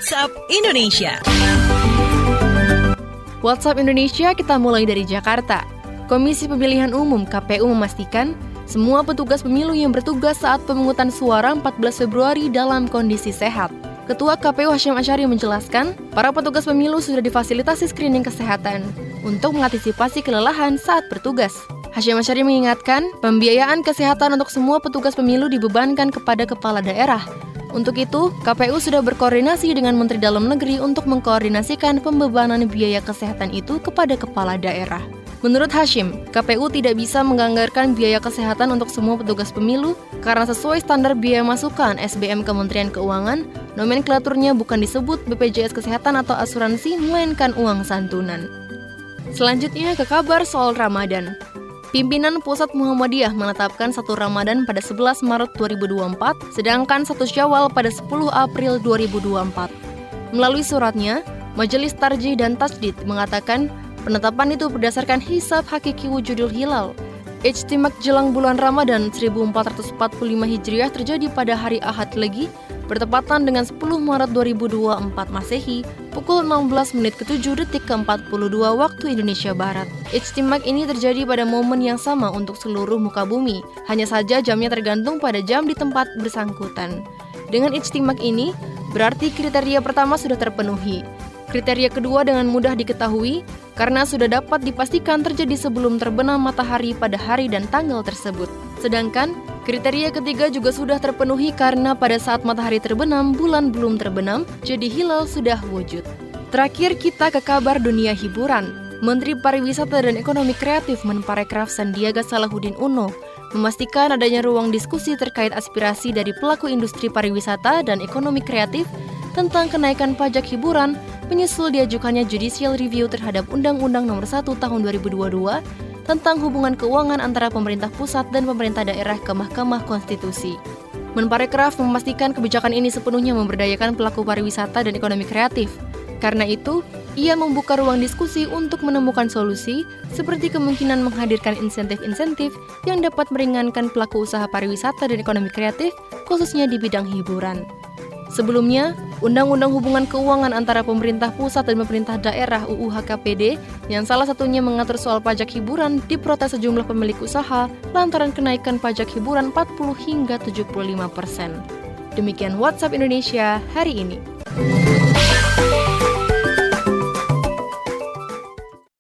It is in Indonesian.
WhatsApp Indonesia. WhatsApp Indonesia, kita mulai dari Jakarta. Komisi Pemilihan Umum KPU memastikan semua petugas pemilu yang bertugas saat pemungutan suara 14 Februari dalam kondisi sehat. Ketua KPU Hasyim Asyari menjelaskan, para petugas pemilu sudah difasilitasi screening kesehatan untuk mengantisipasi kelelahan saat bertugas. Hasyim Asyari mengingatkan, pembiayaan kesehatan untuk semua petugas pemilu dibebankan kepada kepala daerah. Untuk itu, KPU sudah berkoordinasi dengan Menteri Dalam Negeri untuk mengkoordinasikan pembebanan biaya kesehatan itu kepada kepala daerah. Menurut Hasyim, KPU tidak bisa menganggarkan biaya kesehatan untuk semua petugas pemilu karena sesuai standar biaya masukan SBM Kementerian Keuangan, nomenklaturnya bukan disebut BPJS Kesehatan atau asuransi, melainkan uang santunan. Selanjutnya ke kabar soal Ramadan. Pimpinan Pusat Muhammadiyah menetapkan 1 Ramadan pada 11 Maret 2024, sedangkan 1 Syawal pada 10 April 2024. Melalui suratnya, Majelis Tarjih dan Tasdid mengatakan penetapan itu berdasarkan hisab hakiki wujudul hilal. Ijtimak jelang bulan Ramadan 1445 Hijriah terjadi pada hari Ahad Legi, bertepatan dengan 10 Maret 2024 Masehi, pukul 16:07:42 waktu Indonesia Barat. Ijtimak ini terjadi pada momen yang sama untuk seluruh muka bumi, hanya saja jamnya tergantung pada jam di tempat bersangkutan. Dengan ijtimak ini, berarti kriteria pertama sudah terpenuhi. Kriteria kedua dengan mudah diketahui karena sudah dapat dipastikan terjadi sebelum terbenam matahari pada hari dan tanggal tersebut. Sedangkan kriteria ketiga juga sudah terpenuhi karena pada saat matahari terbenam, bulan belum terbenam, jadi hilal sudah wujud. Terakhir kita ke kabar dunia hiburan. Menteri Pariwisata dan Ekonomi Kreatif Menparekraf Sandiaga Salahuddin Uno memastikan adanya ruang diskusi terkait aspirasi dari pelaku industri pariwisata dan ekonomi kreatif tentang kenaikan pajak hiburan menyusul diajukannya judicial review terhadap Undang-Undang Nomor 1 Tahun 2022 tentang hubungan keuangan antara pemerintah pusat dan pemerintah daerah ke Mahkamah Konstitusi. Menparekraf memastikan kebijakan ini sepenuhnya memberdayakan pelaku pariwisata dan ekonomi kreatif. Karena itu, ia membuka ruang diskusi untuk menemukan solusi seperti kemungkinan menghadirkan insentif-insentif yang dapat meringankan pelaku usaha pariwisata dan ekonomi kreatif, khususnya di bidang hiburan. Sebelumnya, Undang-Undang Hubungan Keuangan antara pemerintah pusat dan pemerintah daerah UU HKPD yang salah satunya mengatur soal pajak hiburan diprotes sejumlah pemilik usaha lantaran kenaikan pajak hiburan 40 hingga 75%. Demikian WhatsApp Indonesia hari ini.